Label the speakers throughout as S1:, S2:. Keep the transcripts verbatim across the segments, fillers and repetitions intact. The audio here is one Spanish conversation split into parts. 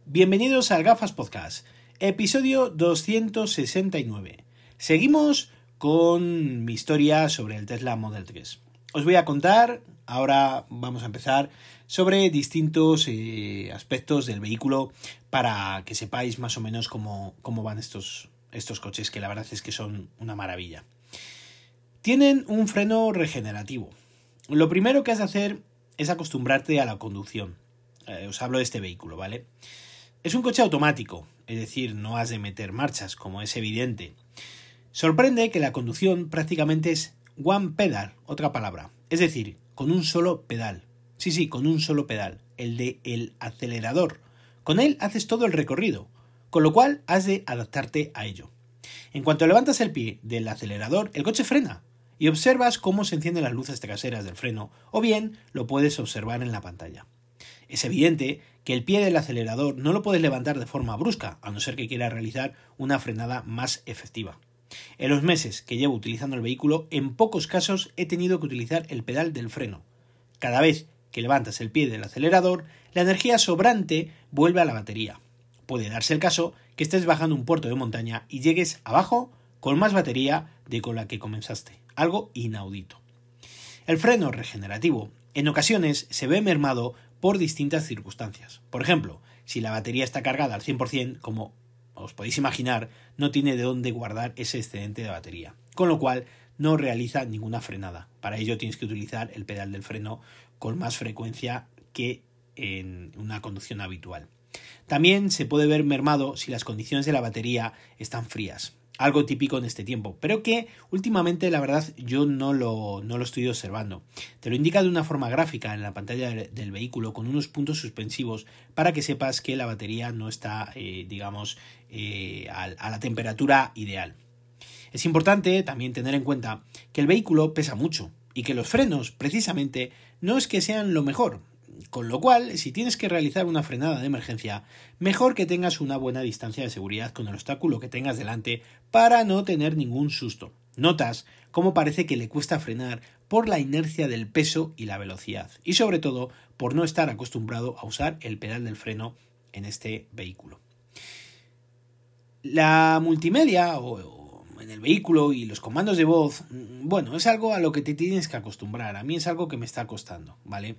S1: Bienvenidos al Gafas Podcast, episodio doscientos sesenta y nueve. Seguimos con mi historia sobre el Tesla Model tres. Os voy a contar, ahora vamos a empezar, sobre distintos eh, aspectos del vehículo para que sepáis más o menos cómo, cómo van estos, estos coches, que la verdad es que son una maravilla. Tienen un freno regenerativo. Lo primero que has de hacer es acostumbrarte a la conducción. Eh, os hablo de este vehículo, ¿vale? Es un coche automático, es decir, no has de meter marchas, como es evidente. Sorprende que la conducción prácticamente es one pedal, otra palabra, es decir, con un solo pedal. Sí, sí, con un solo pedal, el de el acelerador. Con él haces todo el recorrido, con lo cual has de adaptarte a ello. En cuanto levantas el pie del acelerador, el coche frena y observas cómo se encienden las luces traseras del freno, o bien lo puedes observar en la pantalla. Es evidente que el pie del acelerador no lo puedes levantar de forma brusca, a no ser que quieras realizar una frenada más efectiva. En los meses que llevo utilizando el vehículo, en pocos casos he tenido que utilizar el pedal del freno. Cada vez que levantas el pie del acelerador, la energía sobrante vuelve a la batería. Puede darse el caso que estés bajando un puerto de montaña y llegues abajo con más batería de con la que comenzaste, algo inaudito. El freno regenerativo en ocasiones se ve mermado por distintas circunstancias. Por ejemplo, si la batería está cargada al cien por ciento, como os podéis imaginar, no tiene de dónde guardar ese excedente de batería, con lo cual no realiza ninguna frenada. Para ello tienes que utilizar el pedal del freno con más frecuencia que en una conducción habitual. También se puede ver mermado si las condiciones de la batería están frías, algo típico en este tiempo, pero que últimamente la verdad yo no lo, no lo estoy observando. Te lo indica de una forma gráfica en la pantalla del, del vehículo con unos puntos suspensivos para que sepas que la batería no está, eh, digamos, eh, a, a la temperatura ideal. Es importante también tener en cuenta que el vehículo pesa mucho y que los frenos, precisamente, no es que sean lo mejor. Con lo cual, si tienes que realizar una frenada de emergencia, mejor que tengas una buena distancia de seguridad con el obstáculo que tengas delante para no tener ningún susto. Notas cómo parece que le cuesta frenar por la inercia del peso y la velocidad, y sobre todo por no estar acostumbrado a usar el pedal del freno en este vehículo. La multimedia o en el vehículo y los comandos de voz, bueno, es algo a lo que te tienes que acostumbrar. A mí es algo que me está costando, ¿vale?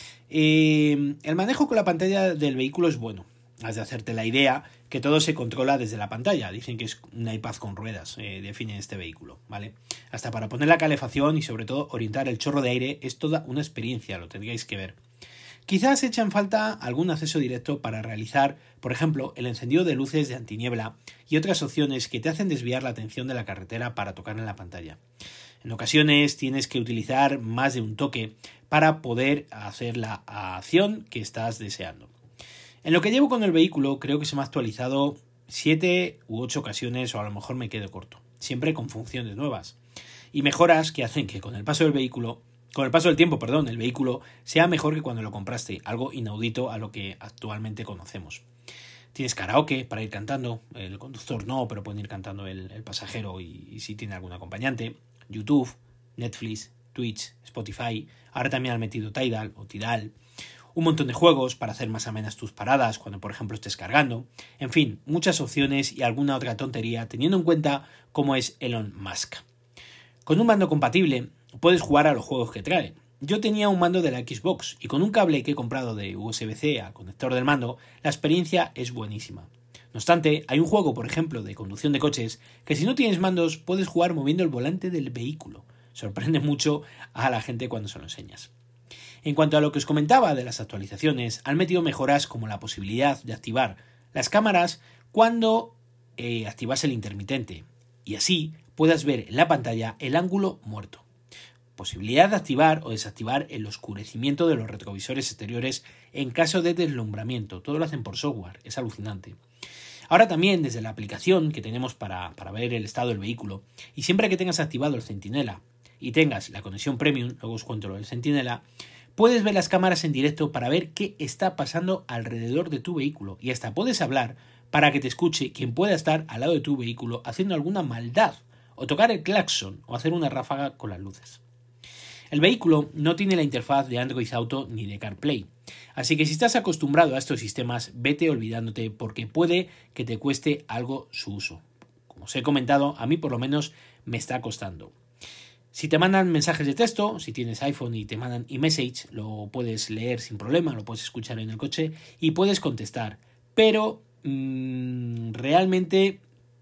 S1: Eh, el manejo con la pantalla del vehículo es bueno. Has de hacerte la idea que todo se controla desde la pantalla. Dicen que es un iPad con ruedas, eh, define este vehículo, ¿vale? Hasta para poner la calefacción y sobre todo orientar el chorro de aire es toda una experiencia, lo tendríais que ver. Quizás echan falta algún acceso directo para realizar, por ejemplo, el encendido de luces de antiniebla y otras opciones que te hacen desviar la atención de la carretera para tocar en la pantalla. En ocasiones tienes que utilizar más de un toque para poder hacer la acción que estás deseando. En lo que llevo con el vehículo creo que se me ha actualizado siete u ocho ocasiones, o a lo mejor me quedo corto, siempre con funciones nuevas y mejoras que hacen que con el paso del vehículo Con el paso del tiempo, perdón, el vehículo sea mejor que cuando lo compraste, algo inaudito a lo que actualmente conocemos. Tienes karaoke para ir cantando, el conductor no, pero pueden ir cantando el, el pasajero y, y si tiene algún acompañante. YouTube, Netflix, Twitch, Spotify, ahora también han metido Tidal o Tidal. Un montón de juegos para hacer más amenas tus paradas cuando por ejemplo estés cargando. En fin, muchas opciones y alguna otra tontería teniendo en cuenta cómo es Elon Musk. Con un mando compatible puedes jugar a los juegos que trae. Yo tenía un mando de la Xbox y con un cable que he comprado de U S B C al conector del mando, la experiencia es buenísima. No obstante, hay un juego, por ejemplo, de conducción de coches, que si no tienes mandos puedes jugar moviendo el volante del vehículo. Sorprende mucho a la gente cuando se lo enseñas. En cuanto a lo que os comentaba de las actualizaciones, han metido mejoras como la posibilidad de activar las cámaras cuando eh, activas el intermitente y así puedas ver en la pantalla el ángulo muerto. Posibilidad de activar o desactivar el oscurecimiento de los retrovisores exteriores en caso de deslumbramiento. Todo lo hacen por software, es alucinante. Ahora también desde la aplicación que tenemos para, para ver el estado del vehículo, y siempre que tengas activado el Centinela y tengas la conexión Premium, luego os cuento lo del Centinela, puedes ver las cámaras en directo para ver qué está pasando alrededor de tu vehículo y hasta puedes hablar para que te escuche quien pueda estar al lado de tu vehículo haciendo alguna maldad o tocar el claxon o hacer una ráfaga con las luces. El vehículo no tiene la interfaz de Android Auto ni de CarPlay, Así que si estás acostumbrado a estos sistemas, vete olvidándote porque puede que te cueste algo su uso. Como os he comentado, a mí por lo menos me está costando. Si te mandan mensajes de texto, si tienes iPhone y te mandan iMessage, lo puedes leer sin problema, lo puedes escuchar en el coche y puedes contestar. Pero mmm, realmente,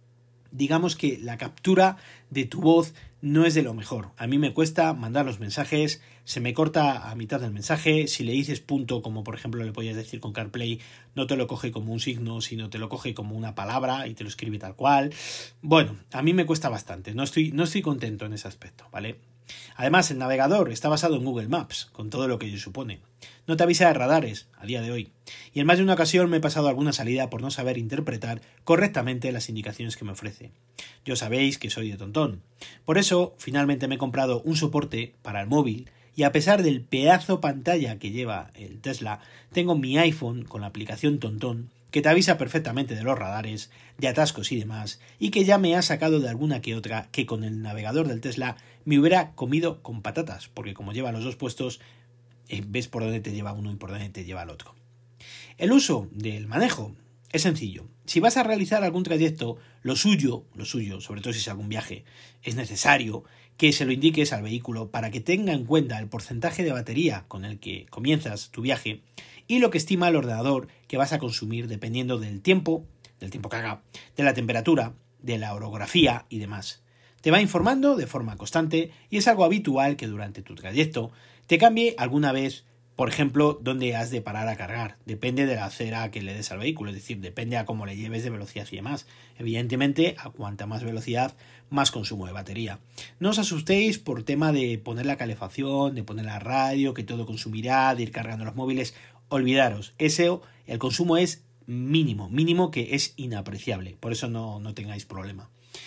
S1: digamos que la captura de tu voz no es de lo mejor. A mí me cuesta mandar los mensajes, se me corta a mitad del mensaje. Si le dices punto, como por ejemplo le podías decir con CarPlay, no te lo coge como un signo, sino te lo coge como una palabra y te lo escribe tal cual. Bueno, a mí me cuesta bastante, no estoy, no estoy contento en ese aspecto, ¿vale? Además, el navegador está basado en Google Maps, con todo lo que ello supone. No te avisa de radares a día de hoy. Y en más de una ocasión me he pasado alguna salida por no saber interpretar correctamente las indicaciones que me ofrece. Yo sabéis que soy de tontón. Por eso, finalmente me he comprado un soporte para el móvil y a pesar del pedazo pantalla que lleva el Tesla, tengo mi iPhone con la aplicación Tontón que te avisa perfectamente de los radares, de atascos y demás, y que ya me ha sacado de alguna que otra que con el navegador del Tesla me hubiera comido con patatas, porque como lleva los dos puestos, eh, ves por dónde te lleva uno y por dónde te lleva el otro. El uso del manejo es sencillo. Si vas a realizar algún trayecto, lo suyo, lo suyo, sobre todo si es algún viaje, es necesario que se lo indiques al vehículo para que tenga en cuenta el porcentaje de batería con el que comienzas tu viaje y lo que estima el ordenador que vas a consumir dependiendo del tiempo, del tiempo que haga, de la temperatura, de la orografía y demás. Te va informando de forma constante y es algo habitual que durante tu trayecto te cambie alguna vez, por ejemplo, dónde has de parar a cargar. Depende de la acera que le des al vehículo, es decir, depende a cómo le lleves de velocidad y demás. Evidentemente, a cuanta más velocidad, más consumo de batería. No os asustéis por tema de poner la calefacción, de poner la radio, que todo consumirá, de ir cargando los móviles. Olvidaros, eso, el consumo es mínimo, mínimo que es inapreciable. Por eso no, no tengáis problema.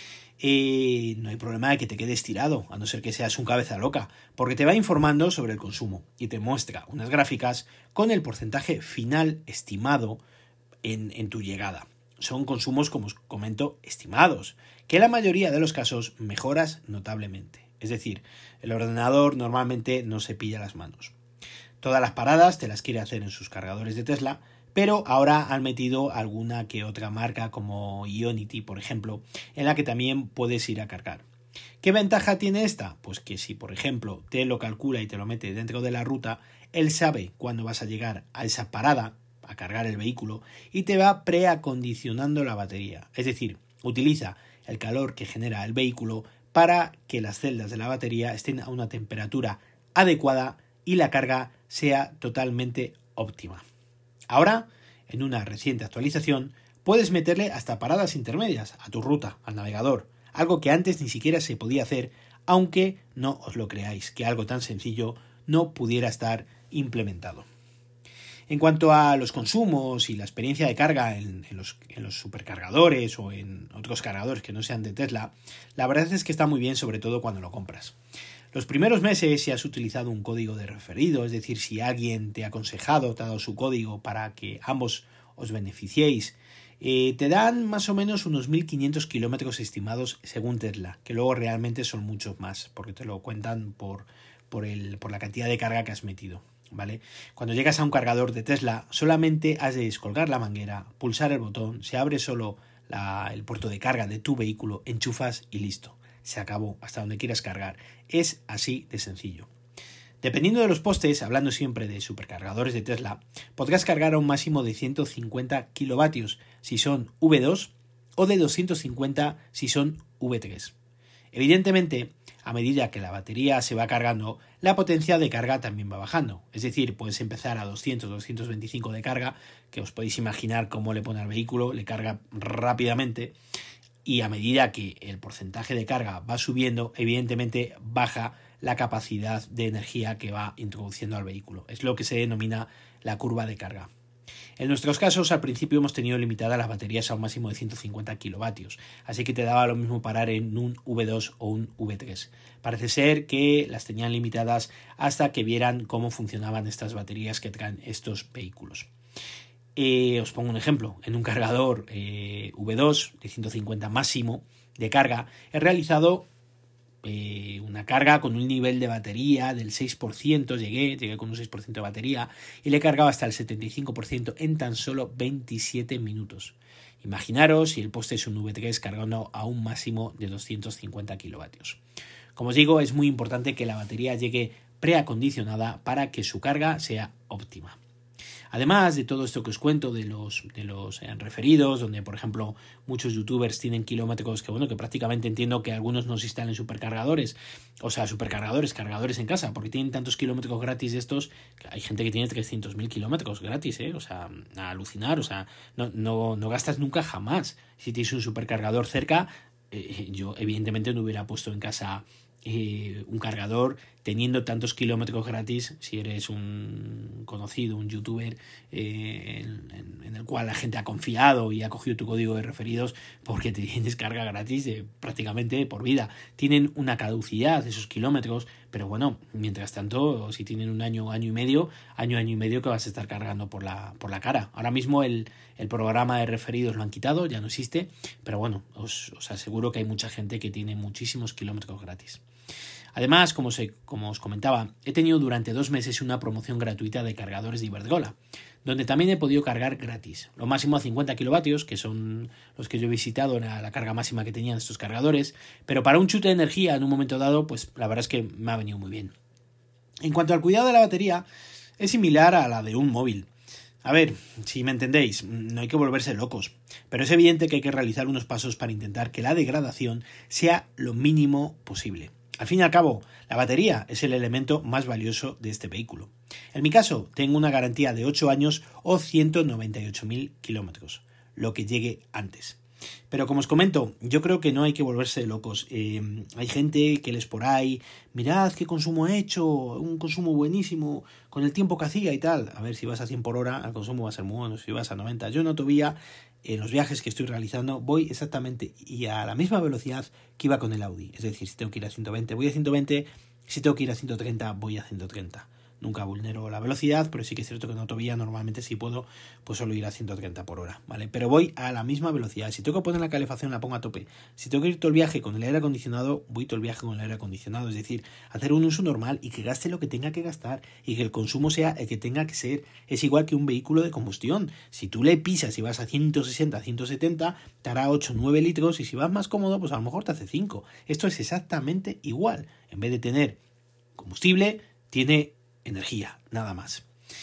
S1: Eh, no hay problema de que te quedes tirado, a no ser que seas un cabeza loca, porque te va informando sobre el consumo y te muestra unas gráficas con el porcentaje final estimado en, en tu llegada. Son consumos, como os comento, estimados, que en la mayoría de los casos mejoras notablemente. Es decir, el ordenador normalmente no se pilla las manos. Todas las paradas te las quiere hacer en sus cargadores de Tesla, pero ahora han metido alguna que otra marca como Ionity, por ejemplo, en la que también puedes ir a cargar. ¿Qué ventaja tiene esta? Pues que si, por ejemplo, te lo calcula y te lo mete dentro de la ruta, él sabe cuándo vas a llegar a esa parada, a cargar el vehículo, y te va preacondicionando la batería. Es decir, utiliza el calor que genera el vehículo para que las celdas de la batería estén a una temperatura adecuada y la carga sea totalmente óptima. Ahora, en una reciente actualización, puedes meterle hasta paradas intermedias a tu ruta, al navegador, algo que antes ni siquiera se podía hacer, aunque no os lo creáis, que algo tan sencillo no pudiera estar implementado. En cuanto a los consumos y la experiencia de carga en, en, los, en los supercargadores o en otros cargadores que no sean de Tesla, la verdad es que está muy bien, sobre todo cuando lo compras. Los primeros meses, si has utilizado un código de referido, es decir, si alguien te ha aconsejado, te ha dado su código para que ambos os beneficiéis, eh, te dan más o menos unos mil quinientos kilómetros estimados según Tesla, que luego realmente son muchos más, porque te lo cuentan por, por, el, por la cantidad de carga que has metido, ¿vale? Cuando llegas a un cargador de Tesla, solamente has de descolgar la manguera, pulsar el botón, se abre solo la, el puerto de carga de tu vehículo, enchufas y listo. Se acabó, hasta donde quieras cargar. Es así de sencillo. Dependiendo de los postes, hablando siempre de supercargadores de Tesla, podrás cargar a un máximo de ciento cincuenta kilovatios si son V dos o de doscientos cincuenta si son V tres. Evidentemente, a medida que la batería se va cargando, la potencia de carga también va bajando. Es decir, puedes empezar a doscientos, doscientos veinticinco de carga, que os podéis imaginar cómo le pone al vehículo, le carga rápidamente. Y a medida que el porcentaje de carga va subiendo, evidentemente baja la capacidad de energía que va introduciendo al vehículo. Es lo que se denomina la curva de carga. En nuestros casos, al principio hemos tenido limitadas las baterías a un máximo de ciento cincuenta kilovatios, así que te daba lo mismo parar en un V dos o un V tres. Parece ser que las tenían limitadas hasta que vieran cómo funcionaban estas baterías que traen estos vehículos. Eh, os pongo un ejemplo. En un cargador eh, V dos de ciento cincuenta máximo de carga he realizado eh, una carga con un nivel de batería del seis por ciento, llegué, llegué con un seis por ciento de batería y le cargaba hasta el setenta y cinco por ciento en tan solo veintisiete minutos. Imaginaros si el poste es un V tres cargando a un máximo de doscientos cincuenta kilovatios. Como os digo, es muy importante que la batería llegue preacondicionada para que su carga sea óptima. Además de todo esto que os cuento de los, de los eh, referidos, donde por ejemplo muchos youtubers tienen kilómetros que bueno, que prácticamente entiendo que algunos no se instalen supercargadores, o sea, supercargadores, cargadores en casa, porque tienen tantos kilómetros gratis de estos, que hay gente que tiene trescientos mil kilómetros gratis, ¿eh? O sea, a alucinar, o sea, no, no, no gastas nunca jamás. Si tienes un supercargador cerca, eh, yo evidentemente no hubiera puesto en casa Eh, un cargador teniendo tantos kilómetros gratis. Si eres un conocido, un youtuber eh, en, en, en el cual la gente ha confiado y ha cogido tu código de referidos, porque te tienes carga gratis de prácticamente por vida. Tienen una caducidad esos kilómetros, pero bueno, mientras tanto, si tienen un año, año y medio, año, año y medio que vas a estar cargando por la, por la cara. Ahora mismo el, el programa de referidos lo han quitado, ya no existe, pero bueno, os, os aseguro que hay mucha gente que tiene muchísimos kilómetros gratis. Además, como, se, como os comentaba, he tenido durante dos meses una promoción gratuita de cargadores de Iberdrola, donde también he podido cargar gratis, lo máximo a cincuenta kilovatios, que son los que yo he visitado, era la carga máxima que tenían estos cargadores, pero para un chute de energía en un momento dado, pues la verdad es que me ha venido muy bien. En cuanto al cuidado de la batería, es similar a la de un móvil. A ver, si me entendéis, no hay que volverse locos, pero es evidente que hay que realizar unos pasos para intentar que la degradación sea lo mínimo posible. Al fin y al cabo, la batería es el elemento más valioso de este vehículo. En mi caso, tengo una garantía de ocho años o ciento noventa y ocho mil kilómetros, lo que llegue antes. Pero como os comento, yo creo que no hay que volverse locos. Eh, hay gente que les por ahí, mirad qué consumo he hecho, un consumo buenísimo, con el tiempo que hacía y tal. A ver, si vas a cien por hora, el consumo va a ser muy bueno, si vas a noventa. Yo no todavía, en los viajes que estoy realizando, voy exactamente y a la misma velocidad que iba con el Audi. Es decir, si tengo que ir a ciento veinte, voy a ciento veinte, si tengo que ir a ciento treinta, voy a ciento treinta. Nunca vulnero la velocidad, pero sí que es cierto que en autovía normalmente si puedo, pues solo ir a ciento treinta por hora, ¿vale? Pero voy a la misma velocidad. Si tengo que poner la calefacción, la pongo a tope. Si tengo que ir todo el viaje con el aire acondicionado, voy todo el viaje con el aire acondicionado. Es decir, hacer un uso normal y que gaste lo que tenga que gastar y que el consumo sea el que tenga que ser. Es igual que un vehículo de combustión. Si tú le pisas y vas a ciento sesenta, ciento setenta, te hará ocho, nueve litros, y si vas más cómodo, pues a lo mejor te hace cinco. Esto es exactamente igual. En vez de tener combustible, tiene energía, nada más.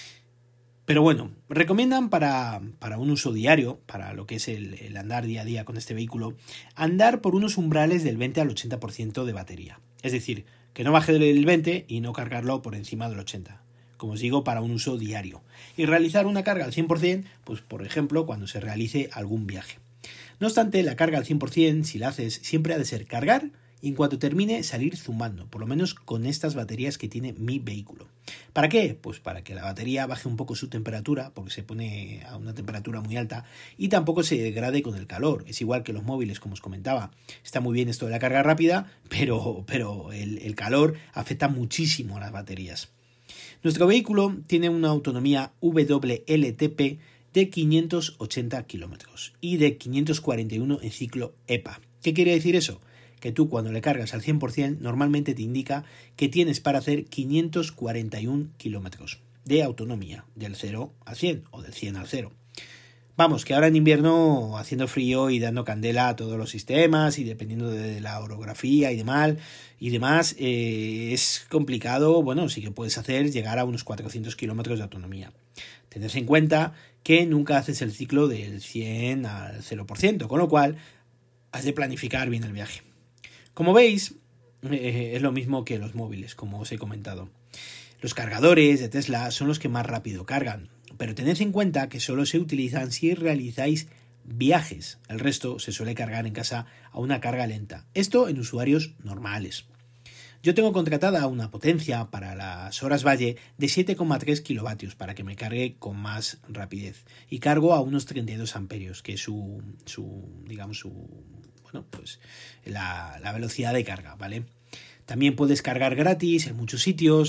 S1: Pero bueno, recomiendan para, para un uso diario, para lo que es el, el andar día a día con este vehículo, andar por unos umbrales del veinte al ochenta por ciento de batería. Es decir, que no baje del veinte y no cargarlo por encima del ochenta. Como os digo, para un uso diario. Y realizar una carga al cien por ciento, pues por ejemplo, cuando se realice algún viaje. No obstante, la carga al cien por ciento, si la haces, siempre ha de ser cargar y en cuanto termine salir zumbando, por lo menos con estas baterías que tiene mi vehículo. ¿Para qué? Pues para que la batería baje un poco su temperatura, porque se pone a una temperatura muy alta, y tampoco se degrade con el calor. Es igual que los móviles, como os comentaba. Está muy bien esto de la carga rápida, pero, pero el, el calor afecta muchísimo a las baterías. Nuestro vehículo tiene una autonomía W L T P de quinientos ochenta kilómetros y de quinientos cuarenta y uno en ciclo E P A. ¿Qué quiere decir eso? Que tú cuando le cargas al cien por ciento normalmente te indica que tienes para hacer quinientos cuarenta y uno kilómetros de autonomía, del cero al cien o del cien al cero. Vamos, que ahora en invierno, haciendo frío y dando candela a todos los sistemas y dependiendo de la orografía y demás, y demás eh, es complicado. Bueno, sí que puedes hacer llegar a unos cuatrocientos kilómetros de autonomía. Tened en cuenta que nunca haces el ciclo del cien al cero por ciento, con lo cual has de planificar bien el viaje. Como veis, eh, es lo mismo que los móviles, como os he comentado. Los cargadores de Tesla son los que más rápido cargan, pero tened en cuenta que solo se utilizan si realizáis viajes. El resto se suele cargar en casa a una carga lenta. Esto en usuarios normales. Yo tengo contratada una potencia para las horas valle de siete coma tres kilovatios para que me cargue con más rapidez. Y cargo a unos treinta y dos amperios, que es su, su digamos, su... bueno, pues la, la velocidad de carga, ¿vale? También puedes cargar gratis en muchos sitios.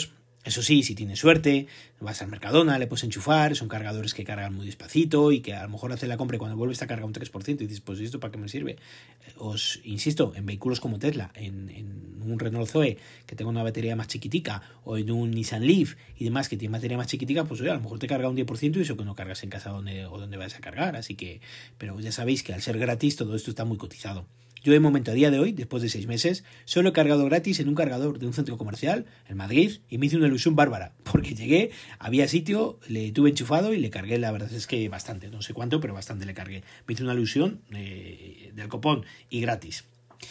S1: Eso sí, si tienes suerte, vas al Mercadona, le puedes enchufar, son cargadores que cargan muy despacito y que a lo mejor hace la compra y cuando vuelves a cargar un tres por ciento y dices, pues ¿esto para qué me sirve? Os insisto, en vehículos como Tesla, en, en un Renault Zoe que tenga una batería más chiquitica o en un Nissan Leaf y demás que tiene batería más chiquitica, pues oye, a lo mejor te carga un diez por ciento y eso que no cargas en casa donde, o donde vayas a cargar. Así que, pero ya sabéis que al ser gratis todo esto está muy cotizado. Yo de momento, a día de hoy, después de seis meses, solo he cargado gratis en un cargador de un centro comercial, en Madrid, y me hice una ilusión bárbara, porque llegué, había sitio, le tuve enchufado y le cargué, la verdad es que bastante, no sé cuánto, pero bastante le cargué. Me hice una ilusión eh, del copón y gratis.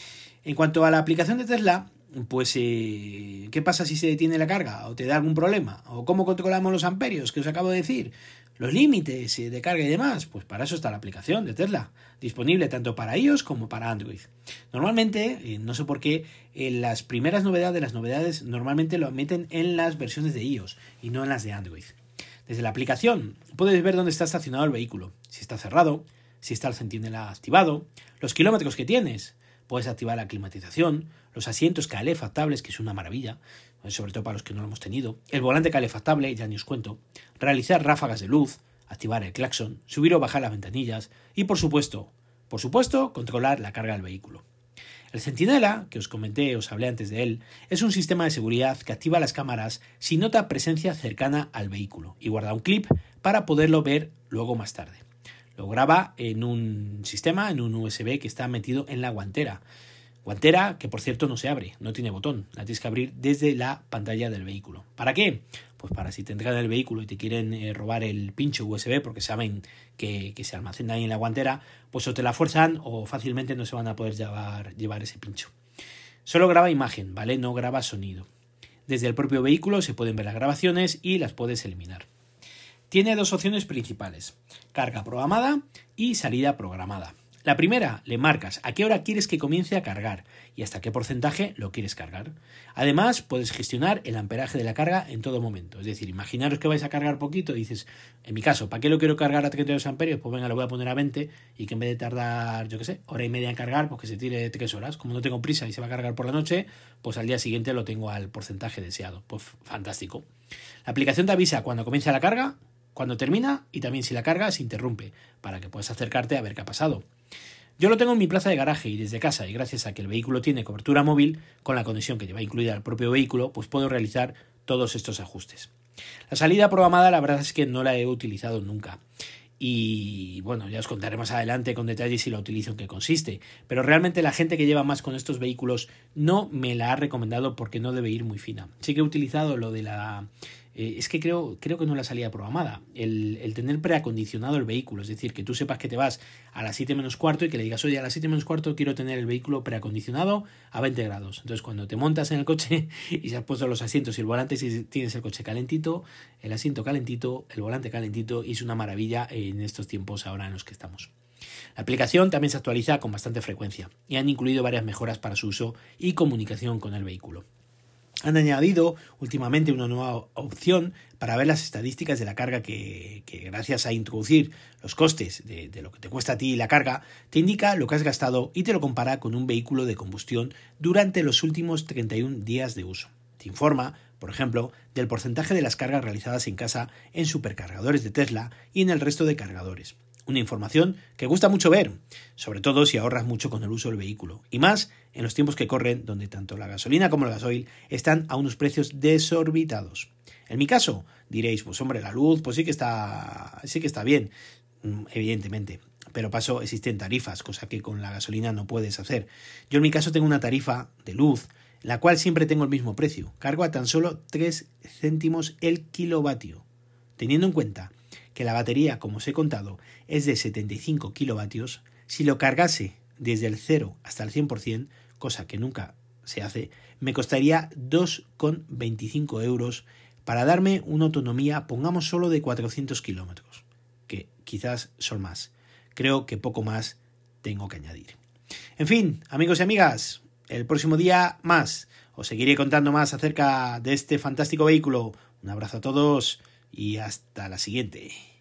S1: En cuanto a la aplicación de Tesla, pues eh, ¿qué pasa si se detiene la carga? ¿O te da algún problema? ¿O cómo controlamos los amperios que os acabo de decir? Los límites de carga y demás, pues para eso está la aplicación de Tesla, disponible tanto para iOS como para Android. Normalmente, eh, no sé por qué, eh, las primeras novedades, las novedades normalmente lo meten en las versiones de iOS y no en las de Android. Desde la aplicación puedes ver dónde está estacionado el vehículo, si está cerrado, si está el centinela activado, los kilómetros que tienes, puedes activar la climatización, los asientos calefactables, que es una maravilla, sobre todo para los que no lo hemos tenido, el volante calefactable, ya ni os cuento, realizar ráfagas de luz, activar el claxon, subir o bajar las ventanillas y, por supuesto, por supuesto, controlar la carga del vehículo. El Centinela, que os comenté, os hablé antes de él, es un sistema de seguridad que activa las cámaras si nota presencia cercana al vehículo y guarda un clip para poderlo ver luego más tarde. Lo graba en un sistema, en un U S B que está metido en la guantera. Guantera que, por cierto, no se abre, no tiene botón, la tienes que abrir desde la pantalla del vehículo. ¿Para qué? Pues para si te entregan el vehículo y te quieren eh, robar el pincho U S B porque saben que, que se almacena ahí en la guantera, pues o te la fuerzan o fácilmente no se van a poder llevar, llevar ese pincho. Solo graba imagen, ¿vale? No graba sonido. Desde el propio vehículo se pueden ver las grabaciones y las puedes eliminar. Tiene dos opciones principales, carga programada y salida programada. La primera, le marcas a qué hora quieres que comience a cargar y hasta qué porcentaje lo quieres cargar. Además, puedes gestionar el amperaje de la carga en todo momento. Es decir, imaginaros que vais a cargar poquito y dices, en mi caso, ¿para qué lo quiero cargar a treinta y dos amperios? Pues venga, lo voy a poner a veinte y que en vez de tardar, yo qué sé, hora y media en cargar, pues que se tire tres horas. Como no tengo prisa y se va a cargar por la noche, pues al día siguiente lo tengo al porcentaje deseado. Pues fantástico. La aplicación te avisa cuando comienza la carga, cuando termina y también si la carga se interrumpe, para que puedas acercarte a ver qué ha pasado. Yo lo tengo en mi plaza de garaje y desde casa, y gracias a que el vehículo tiene cobertura móvil, con la conexión que lleva incluida al propio vehículo, pues puedo realizar todos estos ajustes. La salida programada la verdad es que no la he utilizado nunca. Y bueno, ya os contaré más adelante con detalle si la utilizo, en qué consiste. Pero realmente la gente que lleva más con estos vehículos no me la ha recomendado porque no debe ir muy fina. Sí que he utilizado lo de la... Eh, es que creo, creo que no la salida programada. El, el tener preacondicionado el vehículo. Es decir, que tú sepas que te vas a las siete menos cuarto y que le digas, oye, a las siete menos cuarto quiero tener el vehículo preacondicionado a veinte grados. Entonces, cuando te montas en el coche y se has puesto los asientos y el volante, si tienes el coche calentito, el asiento calentito, el volante calentito, y es una maravilla en estos tiempos ahora en los que estamos. La aplicación también se actualiza con bastante frecuencia y han incluido varias mejoras para su uso y comunicación con el vehículo. Han añadido últimamente una nueva opción para ver las estadísticas de la carga que, que gracias a introducir los costes de, de lo que te cuesta a ti la carga, te indica lo que has gastado y te lo compara con un vehículo de combustión durante los últimos treinta y un días de uso. Te informa, por ejemplo, del porcentaje de las cargas realizadas en casa en supercargadores de Tesla y en el resto de cargadores. Una información que gusta mucho ver, sobre todo si ahorras mucho con el uso del vehículo, y más en los tiempos que corren, donde tanto la gasolina como el gasoil están a unos precios desorbitados. En mi caso, diréis, pues hombre, la luz, pues sí que está, sí que está bien, evidentemente, pero paso, existen tarifas, cosa que con la gasolina no puedes hacer. Yo en mi caso tengo una tarifa de luz, la cual siempre tengo el mismo precio, cargo a tan solo tres céntimos el kilovatio, teniendo en cuenta que la batería, como os he contado, es de setenta y cinco kilovatios, si lo cargase desde el cero hasta el cien por ciento, cosa que nunca se hace, me costaría dos coma veinticinco euros para darme una autonomía, pongamos solo de cuatrocientos kilómetros, que quizás son más. Creo que poco más tengo que añadir. En fin, amigos y amigas, el próximo día más. Os seguiré contando más acerca de este fantástico vehículo. Un abrazo a todos y hasta la siguiente.